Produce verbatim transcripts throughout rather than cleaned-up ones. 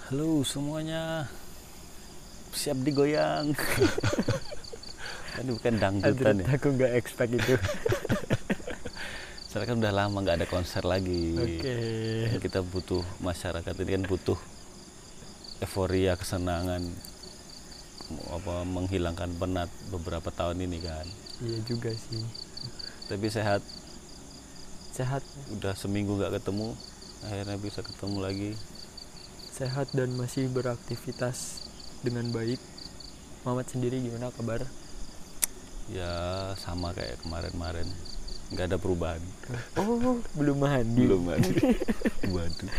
Halo semuanya, siap digoyang. Ini bukan dangdutan Adrit, ya. aku nggak expect itu. Soalnya kan udah lama nggak ada konser lagi. Oke. Kan kita butuh, masyarakat ini kan butuh euforia, kesenangan, apa menghilangkan penat beberapa tahun ini kan. Iya juga sih. Tapi sehat, Sehat, udah seminggu nggak ketemu, akhirnya bisa ketemu lagi. sehat dan masih beraktivitas dengan baik. Mamat sendiri gimana kabar? Ya sama kayak kemarin-kemarin, nggak ada perubahan. Oh, belum mandi. Belum ada. Waduh.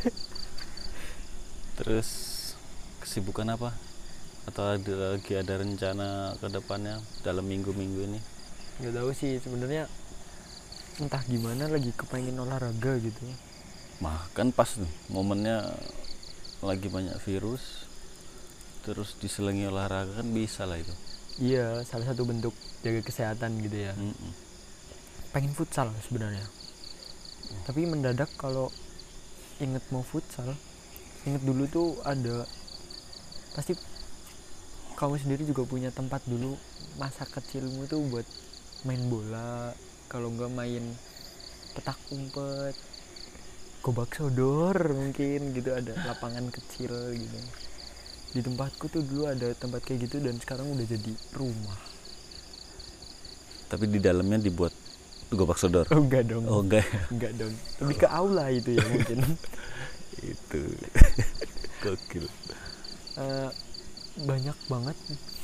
Terus kesibukan apa? Atau ada lagi ada rencana ke depannya dalam minggu-minggu ini? Nggak tahu sih sebenarnya, entah gimana lagi kepengen olahraga gitu. Mah kan pas nih momennya lagi banyak virus, terus diselingi olahraga kan bisa lah itu. Iya, salah satu bentuk jaga kesehatan gitu ya. Mm-mm. Pengen futsal sebenarnya. Tapi mendadak kalau inget mau futsal, inget dulu tuh ada, pasti kamu sendiri juga punya tempat dulu masa kecilmu tuh buat main bola, kalau enggak main petak umpet, gobak sodor mungkin gitu, ada lapangan kecil gitu. Di tempatku tuh dulu ada tempat kayak gitu dan sekarang udah jadi rumah. Tapi di dalamnya dibuat gobak sodor. Oh enggak dong. Oh enggak. Enggak dong. Lebih ke aula itu ya mungkin. Itu gokil. Uh, banyak banget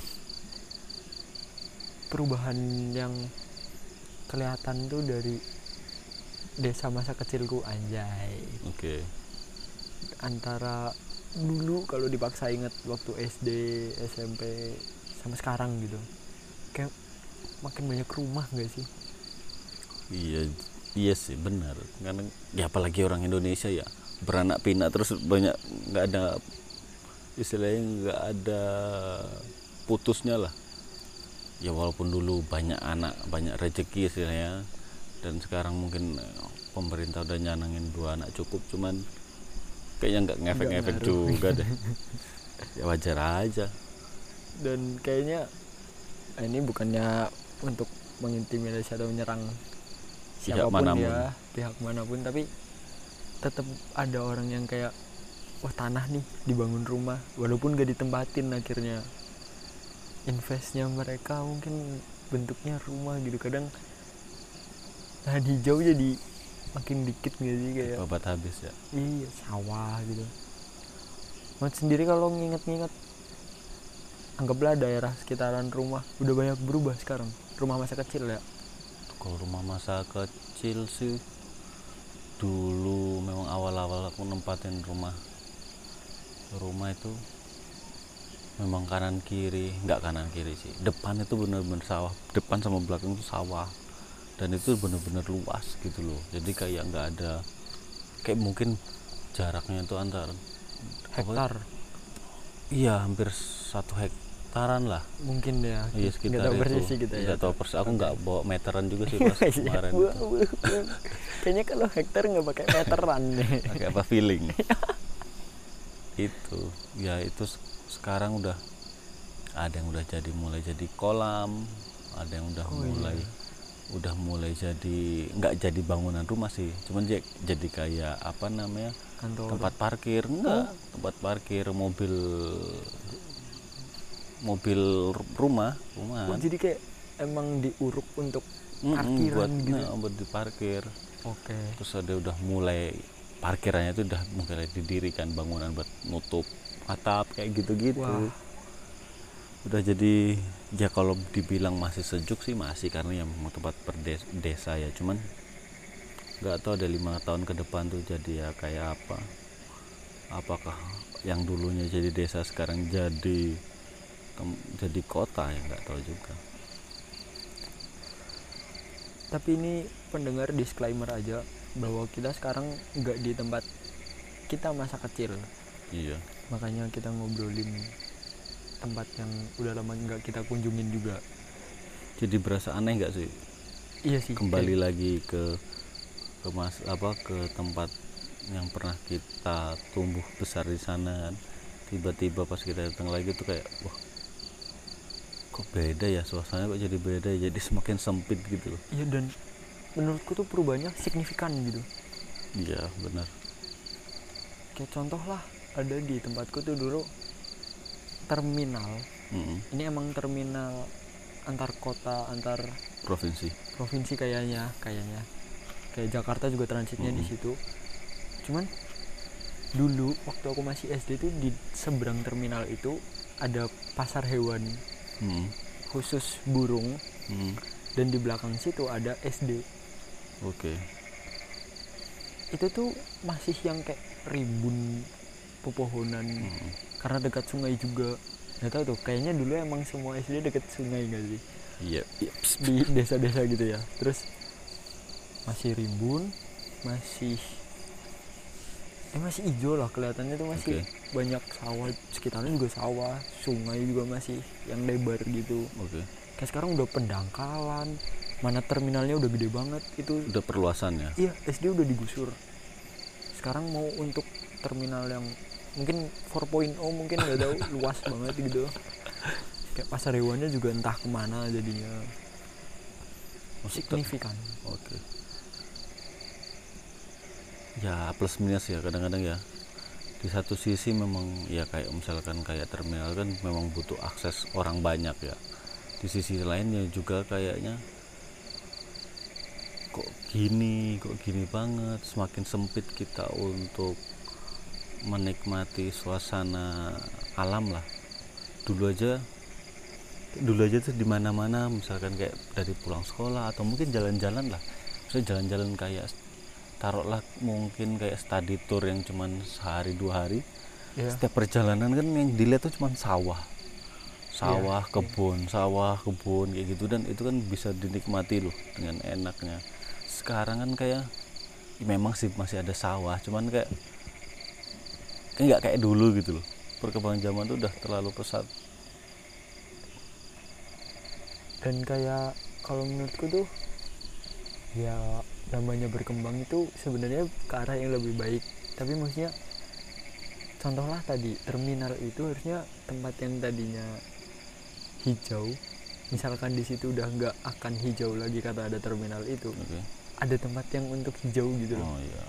perubahan yang kelihatan tuh dari desa masa kecilku, anjay. Oke. Okay. Antara dulu kalau dipaksa inget waktu S D, S M P sama sekarang gitu, kayak makin banyak rumah gak sih? Iya, iya sih benar. Karena ya apalagi orang Indonesia ya beranak pinak terus banyak, nggak ada istilahnya, nggak ada putusnya lah. Ya walaupun dulu banyak anak, banyak rezeki istilahnya, dan sekarang mungkin pemerintah udah nyanangin dua anak cukup, cuman kayaknya nggak ngefek-ngefek juga deh. Ya wajar aja. Dan kayaknya ini bukannya untuk mengintimidasi atau menyerang siapapun manapun ya, pihak manapun, tapi tetap ada orang yang kayak, wah tanah nih dibangun rumah, walaupun gak ditempatin, akhirnya investnya mereka mungkin bentuknya rumah gitu. Kadang lahan hijau jadi makin dikit gak sih, kayak babat habis ya. Iya, sawah gitu. Mas sendiri kalau nginget-nginget, anggaplah daerah sekitaran rumah udah banyak berubah sekarang, rumah masa kecil ya. Kalau rumah masa kecil sih dulu memang awal-awal aku nempatin rumah rumah itu memang kanan kiri, nggak kanan kiri sih, depan itu benar-benar sawah, depan sama belakang itu sawah, dan itu benar-benar luas gitu loh. Jadi kayak nggak ada, kayak mungkin jaraknya itu antar hektar, iya hampir satu hektaran lah mungkin ya. Iya sekitar tahu itu kita ya, nggak tahu persis, aku nggak okay. bawa meteran juga sih pas kemarin itu. Kayaknya kalau hektar nggak pakai meteran nih, pakai apa, feeling. Itu ya, itu sekarang udah ada yang udah jadi mulai jadi kolam, ada yang udah oh, mulai iya. udah mulai jadi nggak jadi bangunan rumah sih, cuman jadi kayak apa namanya, kantor, tempat parkir, enggak, oh. tempat parkir mobil mobil rumah rumah. Oh, jadi kayak emang diuruk untuk parkiran buat, gitu. Nah, buat diparkir. Oke. Okay. Terus ada udah mulai parkirannya itu udah mulai didirikan bangunan buat nutup atap kayak gitu-gitu. Wah. Udah jadi ya kalau dibilang masih sejuk sih masih, karena yang mau tempat perdesa ya, cuman nggak tahu ada lima tahun ke depan tuh jadi ya kayak apa. Apakah yang dulunya jadi desa sekarang jadi jadi kota, ya nggak tahu juga. Tapi ini pendengar disclaimer aja bahwa kita sekarang nggak di tempat kita masa kecil. Iya. Makanya kita ngobrolin tempat yang udah lama nggak kita kunjungin juga. Jadi berasa aneh nggak sih? Iya sih. Kembali kayak lagi ke ke mas apa ke tempat yang pernah kita tumbuh besar di sana kan, tiba-tiba pas kita datang lagi tuh kayak wah kok beda ya suasananya, kok jadi beda ya, jadi semakin sempit gitu loh. Iya, dan menurutku tuh perubahannya signifikan gitu. Iya benar. Kayak contoh lah, ada di tempatku tuh dulu terminal. Mm-mm. Ini emang terminal antar kota, antar Provinsi. provinsi kayaknya, kayaknya. Kayak Jakarta juga transitnya Mm-mm. di situ. Cuman dulu waktu aku masih S D tuh di seberang terminal itu ada pasar hewan Mm-mm. khusus burung, Mm-mm. dan di belakang situ ada S D. Oke. Itu tuh masih yang kayak rimbun pepohonan, Mm-mm. karena dekat sungai juga. Nggak tahu tuh, kayaknya dulu emang semua S D dekat sungai nggak sih, Iya. Iya. di desa-desa gitu ya. Terus masih rimbun, masih eh masih hijau lah kelihatannya tuh, masih Oke. banyak sawah, sekitarnya juga sawah, sungai juga masih yang lebar gitu. Oke. Kayak sekarang udah pendangkalan, mana terminalnya udah gede banget itu. Udah perluasan ya. Iya, S D udah digusur. Sekarang mau untuk terminal yang mungkin empat titik nol, mungkin nggak tahu, luas banget gitu. Kayak pasar hewannya juga entah kemana jadinya. Maksud- Signifikan. Oke. Ya plus minus ya kadang-kadang ya. Di satu sisi memang ya kayak misalkan kayak terminal kan memang butuh akses orang banyak ya. Di sisi lainnya juga kayaknya kok gini, kok gini banget, semakin sempit kita untuk menikmati suasana alam lah. Dulu aja dulu aja tuh di mana-mana misalkan kayak dari pulang sekolah atau mungkin jalan-jalan lah. Misalnya jalan-jalan kayak taruhlah mungkin kayak study tour yang cuman sehari dua hari. Ya. Setiap perjalanan kan yang dilihat tuh cuman sawah sawah Iya, kebun sawah kebun kayak gitu, dan itu kan bisa dinikmati loh dengan enaknya. Sekarang kan kayak ya memang sih masih ada sawah, cuman kayak kayak nggak kayak dulu gitu loh. Perkembangan zaman tuh udah terlalu pesat. Dan kayak kalau menurutku tuh ya namanya berkembang itu sebenarnya ke arah yang lebih baik. Tapi maksudnya contohlah tadi terminal itu harusnya tempat yang tadinya hijau, misalkan di situ udah nggak akan hijau lagi karena ada terminal itu, Oke. ada tempat yang untuk hijau gitu loh. Oh iya.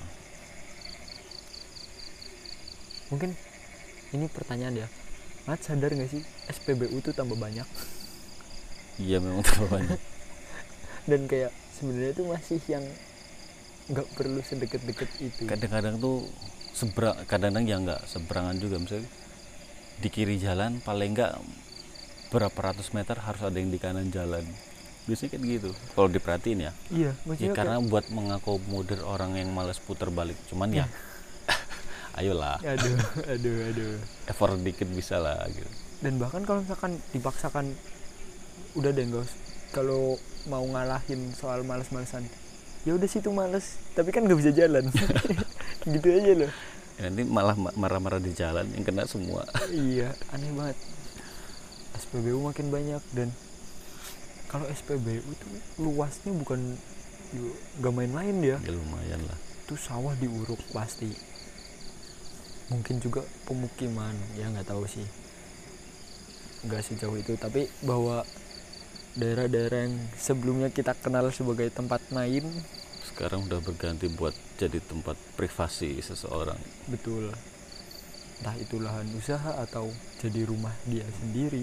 Mungkin ini pertanyaan ya, Mat sadar nggak sih S P B U tuh tambah banyak? Iya memang terlalu banyak. Dan kayak sebenarnya tuh masih yang nggak perlu sedekat-dekat itu. Kadang-kadang tuh seberang, kadang-kadang ya nggak seberangan juga. Misalnya di kiri jalan paling nggak berapa ratus meter harus ada yang di kanan jalan. Biasanya kayak gitu kalau diperhatiin ya. Iya, Ya maksudnya karena kayak, buat mengakomodir orang yang malas putar balik. Cuman ya ayolah aduh, aduh, aduh. effort dikit bisa lah gitu. Dan bahkan kalau misalkan dipaksakan, udah deh nggak us- kalau mau ngalahin soal males-malesan, ya udah situ males, tapi kan nggak bisa jalan. Gitu aja loh. Ya, nanti malah ma- marah-marah di jalan yang kena semua. Iya, aneh banget. S P B U makin banyak, dan kalau S P B U tuh luasnya bukan nggak main-main dia. Ya lumayan lah. Itu sawah diuruk pasti. Mungkin juga pemukiman, ya nggak tahu sih. Nggak sejauh itu, tapi bahwa daerah-daerah yang sebelumnya kita kenal sebagai tempat main, Sekarang udah berganti buat jadi tempat privasi seseorang. betul. Entah itu lahan usaha atau jadi rumah dia sendiri.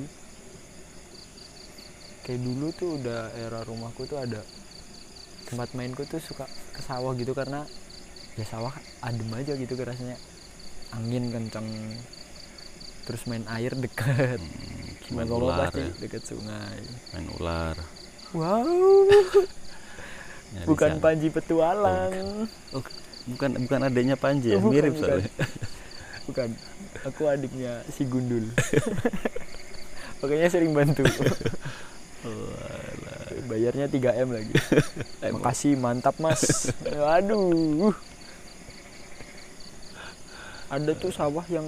Kayak dulu tuh udah era rumahku tuh ada tempat mainku tuh suka ke sawah gitu, karena ya sawah adem aja gitu rasanya, angin kenceng, terus main air deket, Hmm, main ngomong ular pasti ya, deket sungai. main ular. Wow, Nyari bukan sana. Panji Petualang. Oh, bukan bukan adanya Panji ya, Bukan, mirip bukan. soalnya. Bukan, aku adiknya si Gundul. Makanya sering bantu. Bayarnya tiga M lagi. Makasih, mantap mas. Aduh. Ada tuh sawah yang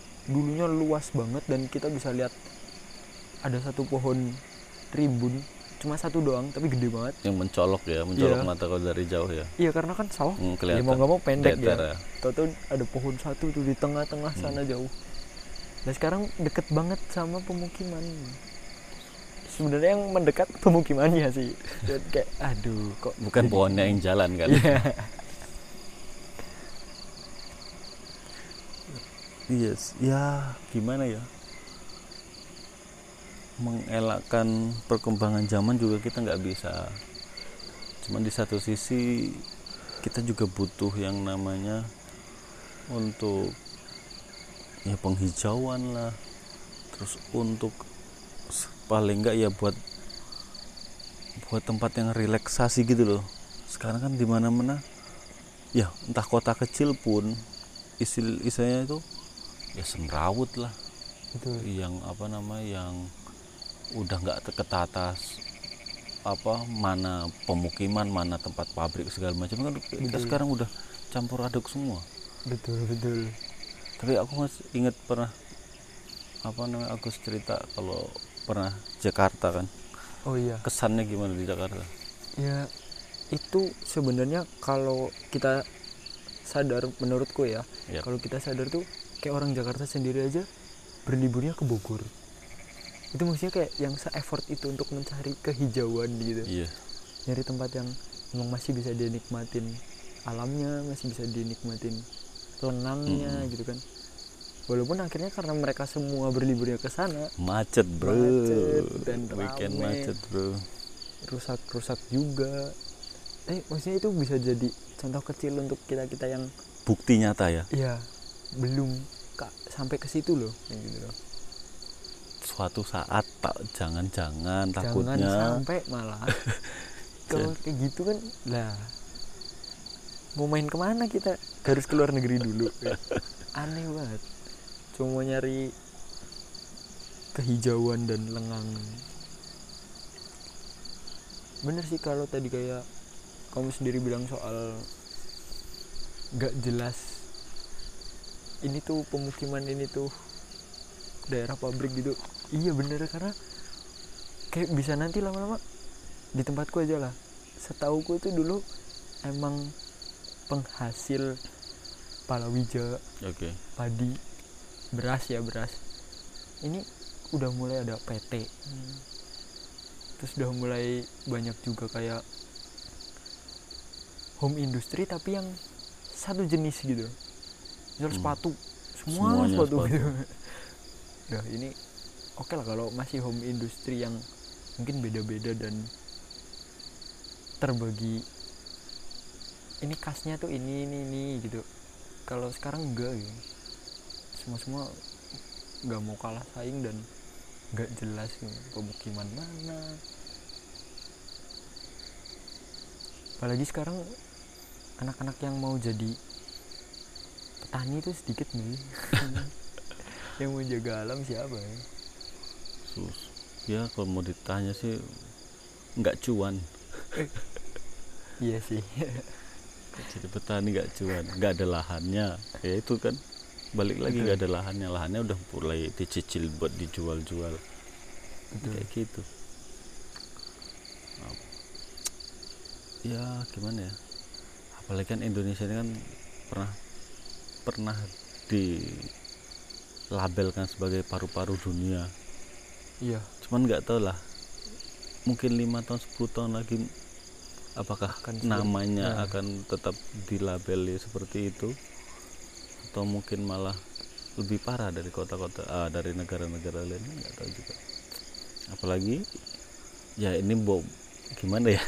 dulunya luas banget, dan kita bisa lihat ada satu pohon rimbun cuma satu doang tapi gede banget. Yang mencolok ya, mencolok Iya. mata kalau dari jauh ya. Iya karena kan sawah Hmm, ya kelihatan. mau nggak mau pendek Datar ya. ya. Tahu-tahu ada pohon satu tuh di tengah-tengah sana jauh. Nah sekarang deket banget sama pemukiman. Sebenarnya yang mendekat pemukimannya sih. Dan kayak aduh kok Bukan jadi- pohonnya yang jalan kan. Iya. Yes, ya gimana ya, mengelakkan perkembangan zaman juga kita nggak bisa. Cuman di satu sisi kita juga butuh yang namanya untuk ya penghijauan lah, terus untuk s- paling nggak ya buat buat tempat yang relaksasi gitu loh. Sekarang kan di mana-mana ya, entah kota kecil pun isil istilahnya itu ya semrawut lah, Betul. yang apa nama yang udah nggak ketata s- apa mana pemukiman, mana tempat pabrik segala macam kan kita Betul. sekarang udah campur aduk semua. Betul betul. Tapi aku masih ingat pernah apa namanya aku cerita kalau pernah Jakarta kan, Oh iya. kesannya gimana di Jakarta. Ya itu sebenarnya kalau kita sadar menurutku ya, Ya. kalau kita sadar tuh kayak orang Jakarta sendiri aja berliburnya ke Bogor. Itu maksudnya kayak yang se-effort itu untuk mencari kehijauan gitu. Iya. Nyari tempat yang memang masih bisa dinikmatin alamnya, masih bisa dinikmatin lengangnya Mm-mm. gitu kan. Walaupun akhirnya karena mereka semua berliburnya ke sana, Macet bro, Macet dan weekend rame. macet bro. rusak-rusak juga. Eh maksudnya itu bisa jadi contoh kecil untuk kita-kita yang Bukti nyata ya, ya belum kak sampai ke situ loh, kayak gitu loh. suatu saat tak jangan-jangan Jangan takutnya sampai malah kalau kayak gitu kan lah mau main kemana kita, harus keluar negeri dulu. Aneh banget, cuma mau nyari kehijauan dan lengang. Bener sih kalau tadi kayak kamu sendiri bilang soal gak jelas ini tuh pemukiman, ini tuh daerah pabrik gitu. Iya bener, karena kayak bisa nanti lama-lama di tempatku aja lah, setauku itu dulu emang penghasil palawija, oke. padi, beras ya beras. Ini udah mulai ada P T, hmm. terus udah mulai banyak juga kayak home industry tapi yang satu jenis gitu, misal Hmm. sepatu, semua Semuanya sepatu, sepatu. gitu. Nah ini oke lah kalau masih home industry yang mungkin beda-beda dan terbagi, ini khasnya tuh ini ini ini gitu. Kalau sekarang enggak gitu, semua semua nggak mau kalah saing dan nggak jelas gitu, pemukiman mana. Apalagi sekarang anak-anak yang mau jadi petani itu sedikit nih. Yang mau jaga alam siapa ya? Sus. Ya kalau mau ditanya sih nggak cuan. Iya sih. Jadi petani nggak cuan, nggak ada lahannya. Ya itu kan balik lagi nggak ada lahannya, lahannya udah mulai dicicil buat dijual-jual. Betul. Kayak gitu. Ya gimana ya, apalagi kan Indonesia ini kan pernah pernah dilabelkan sebagai paru-paru dunia. Iya. Cuman nggak tahu lah, mungkin lima tahun sepuluh tahun lagi apakah Akan seperti- namanya ya. akan tetap dilabeli seperti itu, atau mungkin malah lebih parah dari kota-kota ah, dari negara-negara lain, nggak tahu juga. Apalagi ya ini bo gimana ya,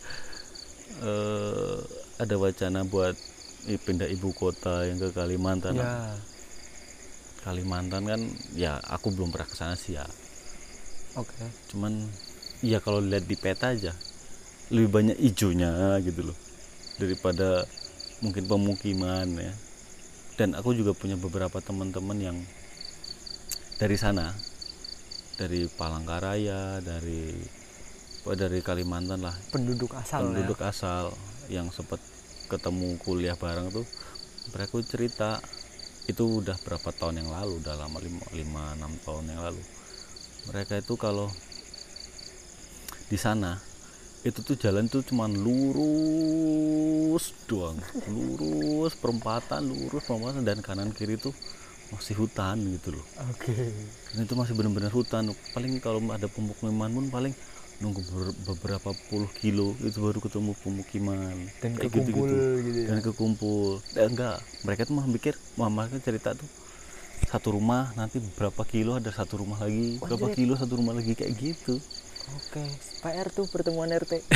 eh, ada wacana buat i- pindah ibu kota yang ke Kalimantan. Ya. Kalimantan kan ya aku belum pernah ke sana sih ya, Oke. cuman ya kalau lihat di peta aja lebih banyak hijaunya gitu loh daripada mungkin pemukiman ya. Dan aku juga punya beberapa teman-teman yang dari sana, dari Palangkaraya, dari dari Kalimantan lah, Penduduk asal penduduk ya. asal yang sempat ketemu kuliah bareng tuh, mereka cerita itu udah berapa tahun yang lalu, udah lama, lima enam tahun yang lalu. Mereka itu kalau di sana itu tuh jalan tuh cuman lurus doang, lurus perempatan, lurus perempatan, dan kanan kiri tuh masih hutan gitu loh. Oke. Dan itu masih benar-benar hutan. Paling kalau ada pemukiman pun paling nunggu ber- beberapa puluh kilo itu baru ketemu pemukiman. Dan Kayak kekumpul gitu-gitu. gitu ya. Dan kekumpul. Eh, enggak, mereka tuh malah mikir, mama kan cerita tuh satu rumah nanti berapa kilo ada satu rumah lagi, berapa Anjir. kilo satu rumah lagi, kayak gitu. Oke, P R tuh pertemuan R T.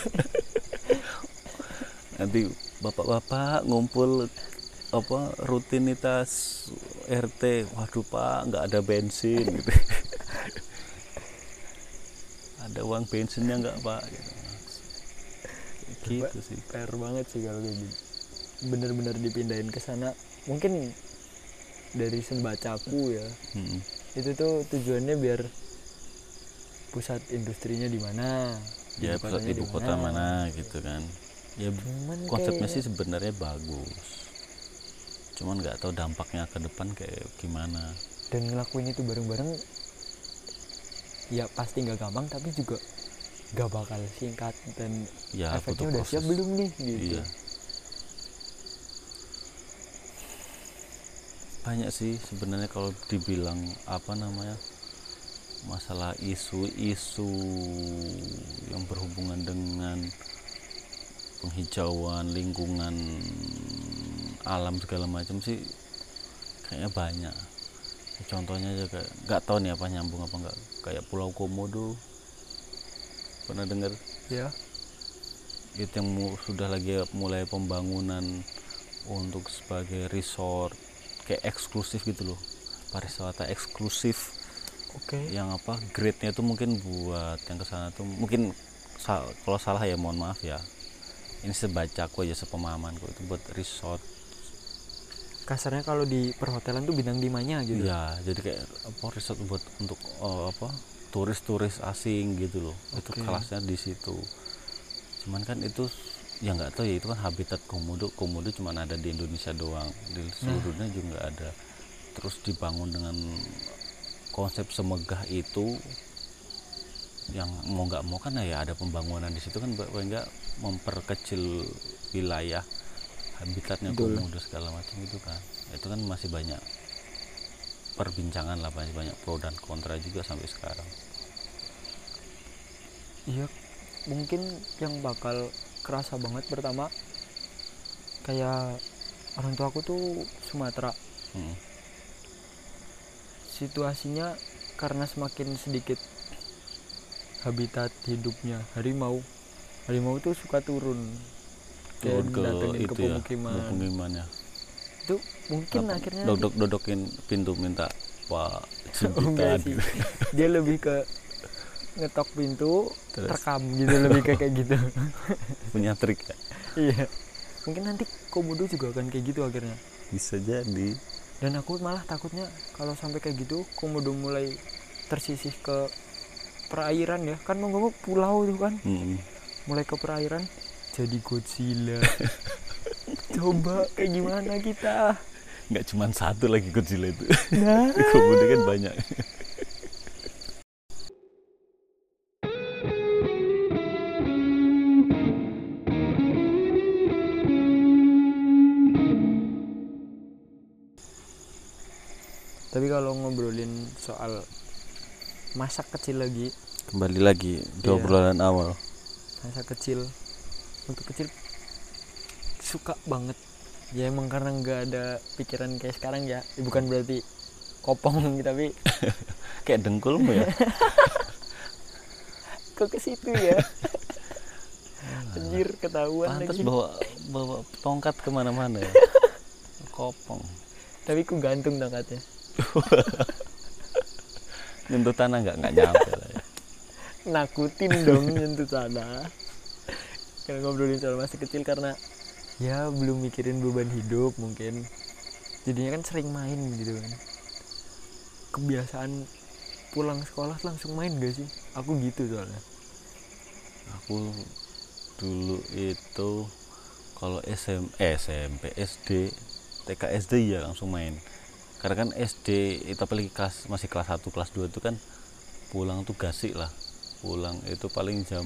Nanti bapak-bapak ngumpul apa rutinitas R T, waduh pak nggak ada bensin gitu. Ada uang bensinnya nggak pak gitu, gitu sih. P R banget sih kalau kayak gitu. Bener-bener dipindahin ke sana. Mungkin dari sembacaku ya. Hmm. Itu tuh tujuannya biar pusat industrinya di mana, Ya pusat kotanya ibu di kota mana gitu kan. Ya Cuman konsepnya kayaknya- sih sebenarnya bagus, cuman nggak tahu dampaknya ke depan kayak gimana. Dan ngelakuin itu bareng-bareng ya pasti nggak gampang, tapi juga nggak bakal singkat, dan Ya efeknya butuh udah proses. siap belum nih gitu. Iya, banyak sih sebenarnya kalau dibilang apa namanya masalah isu-isu yang berhubungan dengan penghijauan lingkungan alam segala macam sih kayaknya banyak. Contohnya aja kayak nggak tahu nih apa nyambung apa nggak, kayak Pulau Komodo, pernah dengar? Ya, Itu yang mu- sudah lagi mulai pembangunan untuk sebagai resort kayak eksklusif gitu loh, pariwisata eksklusif. oke. Yang apa grade-nya tuh mungkin buat yang kesana tuh mungkin sa- kalau salah ya mohon maaf ya, ini sebacaku aja sepemahamanku, itu buat resort. Kasarnya kalau di perhotelan tuh bintang limanya gitu. Ya jadi kayak apa resort buat untuk oh, apa turis-turis asing gitu loh. Itu Oke. kelasnya di situ. Cuman kan itu ya nggak tahu ya, itu kan habitat komodo. Komodo cuma ada di Indonesia doang, di seluruh dunia juga nggak ada. Terus dibangun dengan konsep semegah itu, yang mau nggak mau kan ya ada pembangunan di situ kan, paling nggak memperkecil wilayah habitatnya Betul. komodo segala macam itu kan. Itu kan masih banyak perbincangan lah, banyak banyak pro dan kontra juga sampai sekarang. Iya, mungkin yang bakal kerasa banget pertama kayak orang tua aku tuh Sumatera. Hmm. Situasinya karena semakin sedikit habitat hidupnya harimau, harimau tuh suka turun Turun ke datengin itu ke ya, pemukiman. pemukimannya. Itu mungkin Apa, akhirnya dodok dodokin pintu minta pak oh, enggak jempitan sih. gitu. Dia lebih ke ngetok pintu, Terus? rekam gitu, lebih kayak kayak gitu. Punya trik ya? Iya, mungkin nanti komodo juga akan kayak gitu akhirnya. Bisa jadi. Dan aku malah takutnya kalau sampai kayak gitu komodo mulai tersisih ke perairan ya, kan mau ngomong pulau tuh kan, Hmm. mulai ke perairan jadi Godzilla. Coba kayak gimana kita? Nggak cuma satu lagi Godzilla itu. Nah, Komodo kan banyak. tapi kalau ngobrolin soal masa kecil lagi, Kembali lagi di Iya. obrolan awal. masa kecil, waktu kecil suka banget ya, emang karena nggak ada pikiran kayak sekarang ya, bukan berarti kopong tapi Kayak dengkulmu ya. kok ke situ ya. Anjir, ketahuan Pantas lagi. bawa bawa tongkat kemana-mana ya. Kopong. Tapi ku gantung tongkatnya. Nyentuh tanah nggak nggak nyampe lah ya. Nakutin dong nyentuh sana. Kalau ngobrolin soal masa kecil karena ya belum mikirin beban hidup mungkin. Jadinya kan sering main gitu kan. Kebiasaan pulang sekolah langsung main gak sih? Aku gitu soalnya. Aku dulu itu kalau S M eh, S M P, S D, T K S D ya langsung main. Karena kan S D itu apalagi kelas masih kelas satu kelas dua itu kan pulang tuh gasik lah. pulang itu paling jam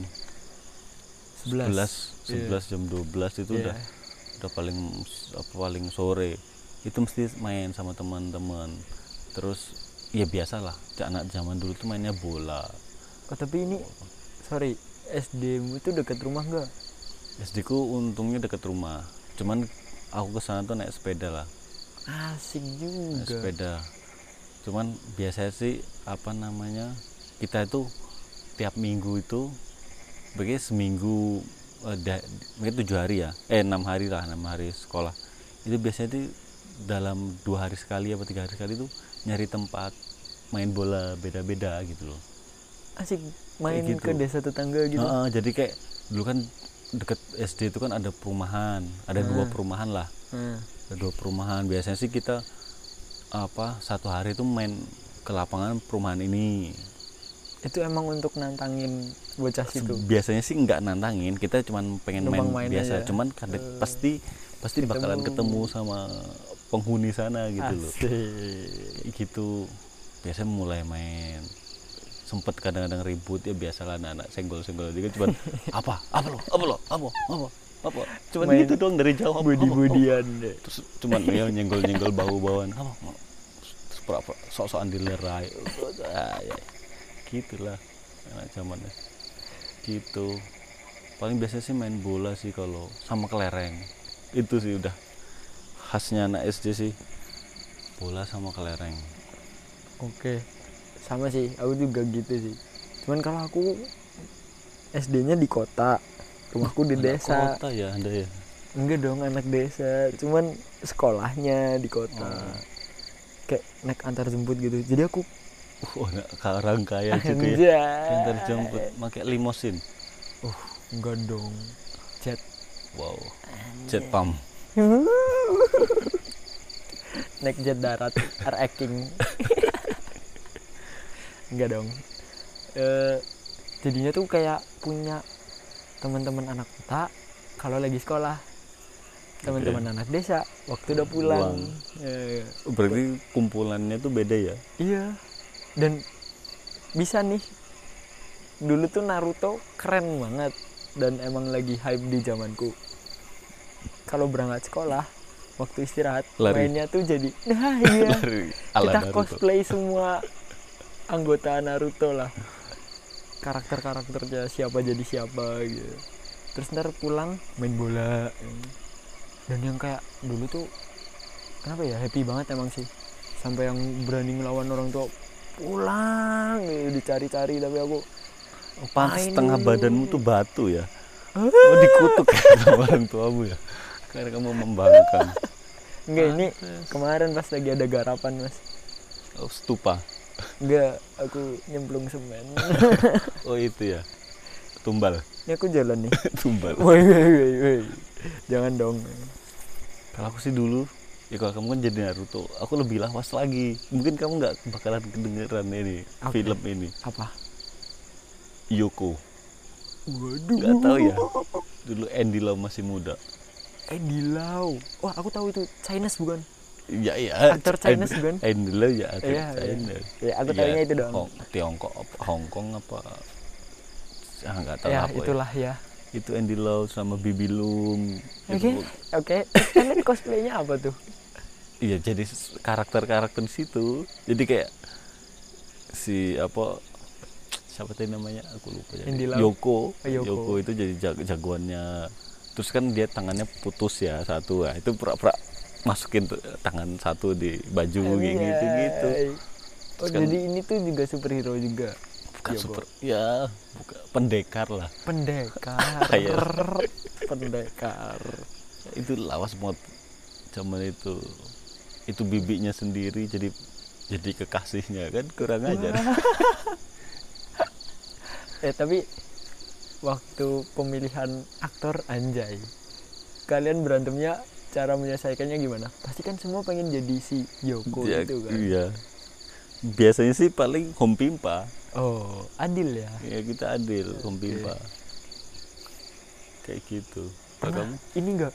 sebelas. sebelas jam dua belas itu Iya. udah udah paling apa, paling sore itu mesti main sama teman-teman. Terus ya biasalah anak zaman dulu tuh mainnya bola. Oh tapi ini sorry, S D-mu itu dekat rumah nggak? S D ku untungnya dekat rumah, cuman aku kesana tuh naik sepeda lah. Asik Naik juga. sepeda, cuman biasanya sih apa namanya, kita itu tiap minggu itu bagi seminggu eh, da- mungkin tujuh hari ya eh enam hari lah enam hari sekolah itu biasanya tuh dalam dua hari sekali apa tiga hari sekali tuh nyari tempat main bola beda-beda gitu loh. Asik main Kayak gitu. ke desa tetangga gitu. Heeh, jadi kayak dulu kan deket S D itu kan ada perumahan, ada dua Hmm. perumahan lah, Hmm. ada dua perumahan. Biasanya sih kita apa satu hari itu main ke lapangan perumahan ini. Itu emang untuk nantangin bocah situ. Biasanya sih nggak nantangin, kita cuman pengen main, Numpang main biasa. aja. Cuman kadang Eh, pasti pasti ketemu. bakalan ketemu sama penghuni sana gitu loh. Asik. Kayak gitu. Biasanya mulai main. Sempet kadang-kadang ribut ya biasalah anak-anak senggol-senggol juga cuman apa apa lo apa lo apa apa apa cuman Main gitu doang dari jauh apa, apa, apa. Body-bodyan deh. Terus cuman ya nyenggol-nyenggol bau-bauan apa apa. Terus pura-pura sok-sokan dilerai. Ah, ya. Gitulah anak zamannya gitu. Paling biasanya sih main bola sih kalau sama kelereng, itu sih udah khasnya anak S D sih, bola sama kelereng. Oke. Sama sih, aku juga gitu sih. Cuman kalau aku S D-nya di kota, rumahku di Anak desa. kota ya anda ya. Enggak dong, anak desa. Cuman sekolahnya di kota. Oh. Kayak naik antar jemput gitu. Jadi aku Uh, anak orang kaya juga ya. anjay. Antar jemput pakai limosin. Uh, enggak dong. Jet. Wow. Jet pump. Naik jet darat, R King. Enggak dong. Eh, jadinya tuh kayak punya teman-teman anak kota kalau lagi sekolah. Teman-teman anak desa waktu udah pulang. Pulang. Eh, Berarti kumpulannya tuh beda ya? iya. Dan bisa nih. Dulu tuh Naruto keren banget dan emang lagi hype di zamanku. Kalau berangkat sekolah, waktu istirahat, Lari. mainnya tuh jadi nah iya. Dari ala Kita Naruto. cosplay semua anggota Naruto lah. Karakter-karakternya siapa jadi siapa gitu. Terus ntar pulang main bola. Dan yang kayak dulu tuh kenapa ya happy banget emang sih. Sampai yang berani ngelawan orang tua pulang gitu, dicari-cari tapi aku Oh, pantas main setengah dulu. badanmu tuh batu ya. Oh, dikutuk ya sama orang tuamu ya. Karena kamu membangkang. enggak ini kemarin pas lagi ada garapan mas. Oh, stupa. Enggak, aku nyemplung semen. Oh, itu ya. Tumbal. Ini aku jalan nih. Tumbal. Woi woi woi woi. Jangan dong. Kalau aku sih dulu, ya kalau kamu kan jadi Naruto, aku lebih lawas lagi. Mungkin kamu nggak bakalan kedengeran ini Apa? film ini. Apa? Yoko. Waduh. Nggak tahu ya. Dulu Andy Lau masih muda. Eh Dilau. Wah, aku tahu itu Chinese bukan? Ya ya. Aktor Chinese bukan? Andy Lau ya aktor Iya, iya. Chinese. Ya, aku tahunya itu doang. Hong, Tiongkok, apa, Hong Kong apa? Ah, nggak tahu Ya, apa. Ya. itulah ya. Itu Andy Lau sama Bibi Lung. Oke. Itu- Oke. Kalian cosplaynya apa tuh? Iya, jadi s- karakter-karakter di situ. Jadi kayak si apa siapa tadi namanya? Aku lupa ya. Andy Lau. Yoko. Oh, Yoko. Yoko itu jadi jag- jagoannya. Terus kan dia tangannya putus ya satu. Nah, itu pura-pura masukin tuh tangan satu di baju kayak gitu-gitu. Anjay. Oh, Terus kan- jadi ini tuh juga superhero juga. Bukan Yoko. super. Ya, bukan pendekar lah. Pendekar. Kayak- Pendekar. Itu lawas banget zaman itu. Itu bibinya sendiri jadi jadi kekasihnya kan kurang ajar. Eh tapi waktu pemilihan aktor anjay. Kalian berantemnya cara menyelesaikannya gimana? Pasti kan semua pengen jadi si Yoko Ya, gitu kan. iya. Biasanya sih paling home pimpa. Oh, adil ya. Ya kita adil home pimpa. Kayak gitu. Kalau Pernah kamu ini enggak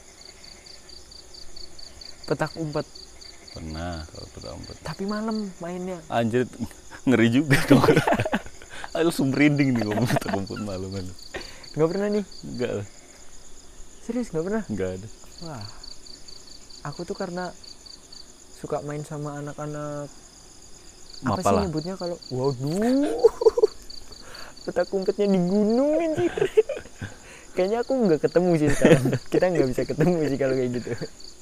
petak umpet pernah kalau petak umpet. tapi malam mainnya. Anjir ngeri juga dong. langsung merinding nih ngomong petak umpet malam malam. Nggak pernah nih? Enggak lah, Serius nggak pernah? enggak ada. Wah, aku tuh karena suka main sama anak-anak apa sih Mapalah. nyebutnya kalau waduh petak umpetnya di gunung anjir. Kayaknya aku nggak ketemu sih sekarang. Kita nggak bisa ketemu sih kalau kayak gitu.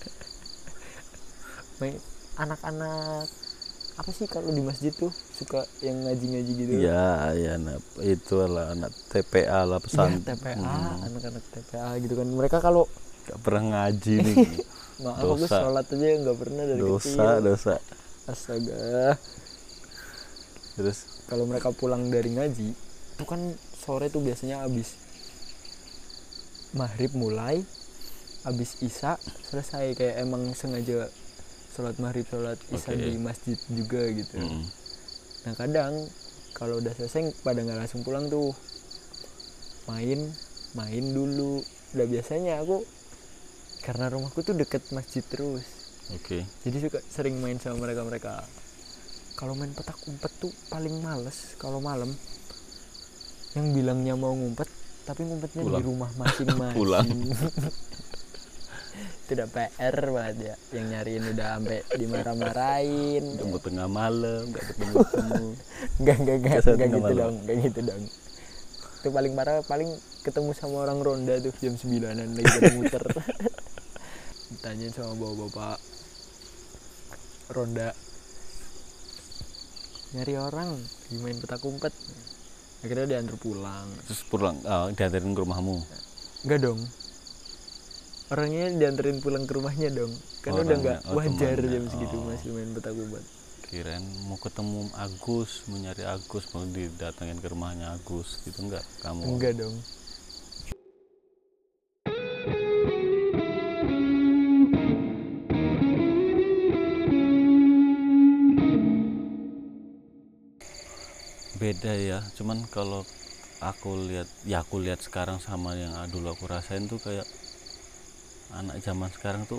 Main anak-anak apa sih kalau di masjid tuh suka yang ngaji-ngaji gitu. Ya, ya anak itu lah anak T P A lah Iya, pesan. T P A, Hmm. anak-anak T P A gitu kan. Mereka kalau Gak pernah ngaji nih. maaf aku Dosa. sholat aja nggak pernah dari dosa, kecil. dosa. Astaga. Terus Kalau mereka pulang dari ngaji itu kan sore tuh biasanya habis maghrib mulai, habis isya selesai, kayak emang sengaja sholat maghrib sholat isya Oke. di masjid juga gitu. mm, Nah kadang kalau udah selesai pada nggak langsung pulang tuh, main main dulu. Udah biasanya aku karena rumahku tuh deket masjid terus, oke. jadi suka sering main sama mereka mereka. Kalau main petak umpet tuh paling males kalau malam, yang bilangnya mau ngumpet tapi ngumpetnya Pulang. di rumah masing-masing. Pulang. Itu udah P R banget ya, yang nyariin udah sampai dimarah-marahin. Ketemu tengah malam, gak ketemu-temu. Enggak enggak enggak Biasa enggak tengah gitu malam. dong, enggak gitu dong. Itu paling parah, paling ketemu sama orang ronda tuh jam sembilanan lagi pada muter. Ditanyain sama bapak-bapak ronda, nyari orang lagi main petak umpet. Akhirnya diantar pulang. Terus pulang, ah, diantarin ke rumahmu. Enggak dong, orangnya dianterin pulang ke rumahnya dong, karena udah Orangnya, nggak oh, wajar temannya. jam segitu Oh. masih main petak umpet. Kirain mau ketemu Agus, mau nyari Agus, mau didatengin ke rumahnya Agus, gitu enggak? Kamu? Enggak dong. Beda ya, cuman kalau aku lihat, ya aku lihat sekarang sama yang dulu aku rasain tuh kayak anak zaman sekarang tuh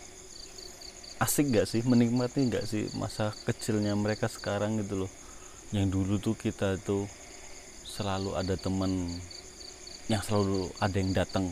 asik gak sih, menikmati gak sih masa kecilnya mereka sekarang gitu loh. Yang dulu tuh kita tuh selalu ada temen yang selalu ada yang datang,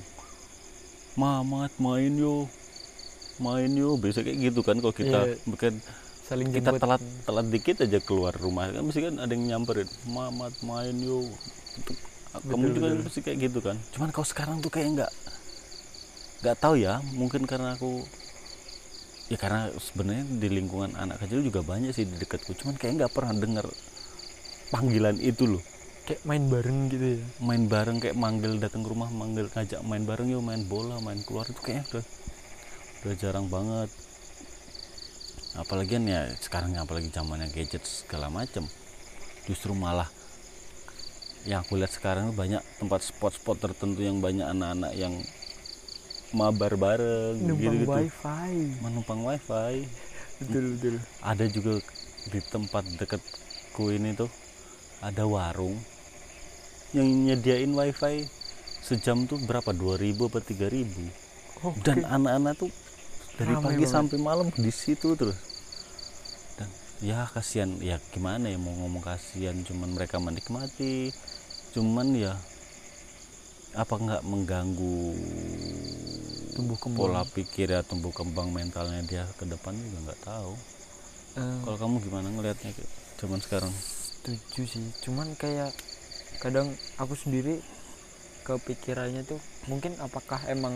Mamat main yo, main yo, biasa kayak gitu kan. Kalau kita Iya, bukan saling kita jemput. telat telat dikit aja keluar rumah kan mesti kan ada yang nyamperin, Mamat main yo. Itu, kamu Betul, juga betul. pasti kayak gitu kan. Cuman kalau sekarang tuh kayak nggak nggak tahu ya, mungkin karena aku ya karena sebenarnya di lingkungan anak kecil juga banyak sih di dekatku, cuman kayak nggak pernah dengar panggilan itu loh. Kayak main bareng gitu ya. Main bareng kayak manggil, datang ke rumah manggil, ngajak main bareng yuk, main bola, main keluar, itu kayaknya udah udah jarang banget. Apalagi ya sekarang, apalagi zamannya gadget segala macem, justru malah yang aku lihat sekarang banyak tempat spot-spot tertentu yang banyak anak-anak yang mabar bareng Numpang gitu-gitu, wifi. menumpang wifi. Betul betul. Ada juga di tempat dekatku ini tuh ada warung yang nyediain wifi sejam tuh berapa, dua ribu apa tiga ribu. Oh, Dan anak-anak tuh dari Ramai pagi banget. sampai malam di situ terus. Dan ya kasihan, ya gimana ya mau ngomong kasihan, cuman mereka menikmati, cuman ya apa nggak mengganggu tumbuh kembang. pola pikir ya, tumbuh kembang mentalnya dia ke depan juga nggak tahu. Eh, Kalau kamu gimana ngelihatnya kayak zaman sekarang? setuju sih, cuman kayak kadang aku sendiri kepikirannya tuh mungkin apakah emang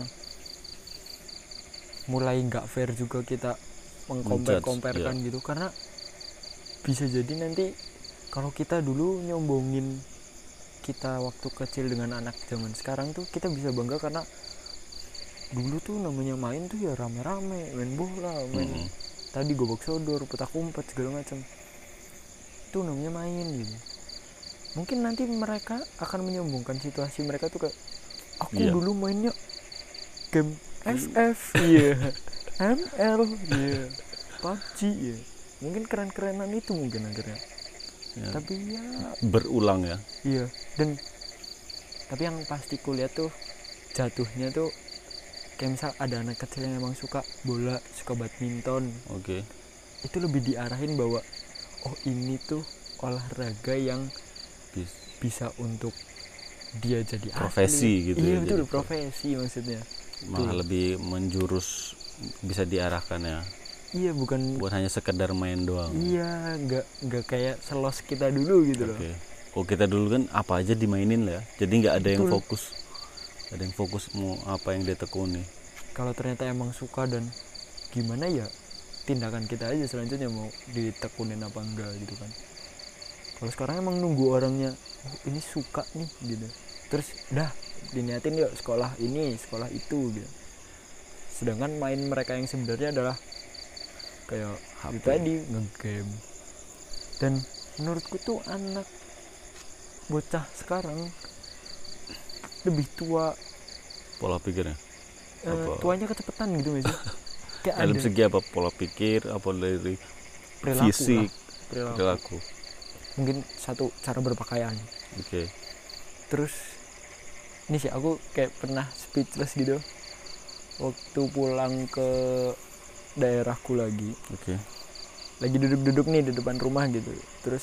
mulai nggak fair juga kita mengcompare-comparekan Menjudge, gitu, karena bisa jadi nanti kalau kita dulu nyombongin kita waktu kecil dengan anak zaman sekarang tuh kita bisa bangga karena dulu tuh namanya main tuh ya rame-rame, main bola, main Mm-mm. tadi gobak sodor, petak umpet segala macam, itu namanya main gitu. Mungkin nanti mereka akan menyombongkan situasi mereka tuh kayak aku Iya. dulu mainnya game F F, iya, M L, iya, P U B G, iya. Mungkin keren-kerenan itu mungkin akhirnya. Ya, Tapi ya, berulang ya. iya. Dan tapi yang pasti kulihat tuh jatuhnya tuh kayak misal ada anak kecil yang emang suka bola, suka badminton, Oke. itu lebih diarahin bahwa oh ini tuh olahraga yang Bis- bisa untuk dia jadi Profesi atlet. gitu Iya ya, betul, jadi profesi maksudnya. malah Tuh. lebih menjurus, bisa diarahkan ya, Iya bukan. bukan hanya sekedar main doang. Iya, nggak nggak kayak selos kita dulu gitu loh. Oke. Kalau kita dulu kan apa aja dimainin lah ya. Jadi nggak ada yang Betul. fokus. Ada yang fokus mau apa yang dia tekuni. Kalau ternyata emang suka dan gimana ya, tindakan kita aja selanjutnya mau ditekunin apa enggak gitu kan. Kalau sekarang emang nunggu orangnya, oh ini suka nih gitu, terus dah diniatin yuk sekolah ini sekolah itu gitu. Sedangkan main mereka yang sebenarnya adalah kayak H P. itu tadi ngegame. Dan menurutku tuh anak bocah sekarang lebih tua, Pola pikirnya. eh, Apa? tuanya kecepatan gitu nggak sih? Kayak Dalam ada segi apa? Pola pikir, apa dari perilaku fisik, lah, perilaku. perilaku. Mungkin satu cara berpakaian. Oke. Terus ini sih aku kayak pernah speechless gitu waktu pulang ke daerahku lagi. Oke. Lagi duduk-duduk nih di depan rumah gitu. Terus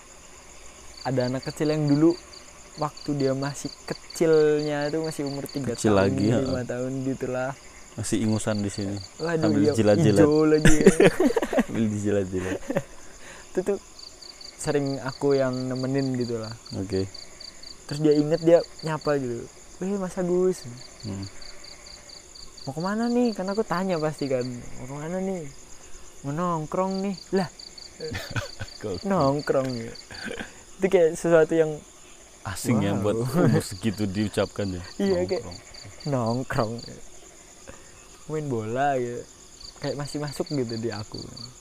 ada anak kecil yang dulu waktu dia masih kecilnya itu masih umur tiga Kecil tahun, lagi, ya. lima tahun gitulah. Masih ingusan di sini. Waduh, Sambil ya, jilat-jilat. hijau lagi ya. Sambil dijilat-jilat. Itu tuh sering aku yang nemenin gitu lah. Oke. Terus dia inget, dia nyapa gitu, eh Mas Agus, Hmm. mau kemana nih? Karena aku tanya pasti kan, mau kemana nih? Mau nongkrong nih lah. Gokil. Nongkrong ya. Itu kayak sesuatu yang Asing ya wow. buat umur segitu diucapkan ya. Iya, kayak Nongkrong. nongkrong main bola ya, kayak masih masuk gitu di aku.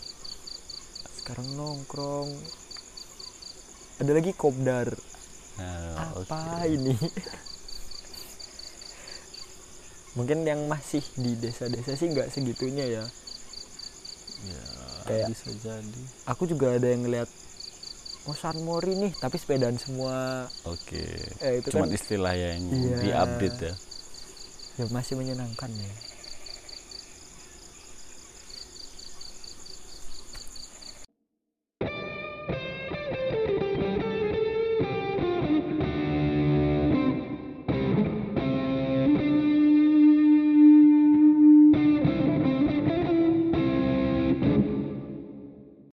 Sekarang nongkrong, ada lagi kopdar. Nah, Apa oke. ini? Mungkin yang masih di desa-desa sih nggak segitunya ya. Ya, Kayak- bisa jadi. Aku juga ada yang ngeliat, oh San Mori nih tapi sepedaan semua. Oke. Eh, itu Cuman kan istilah yang Iya. diupdate ya. ya masih menyenangkan ya.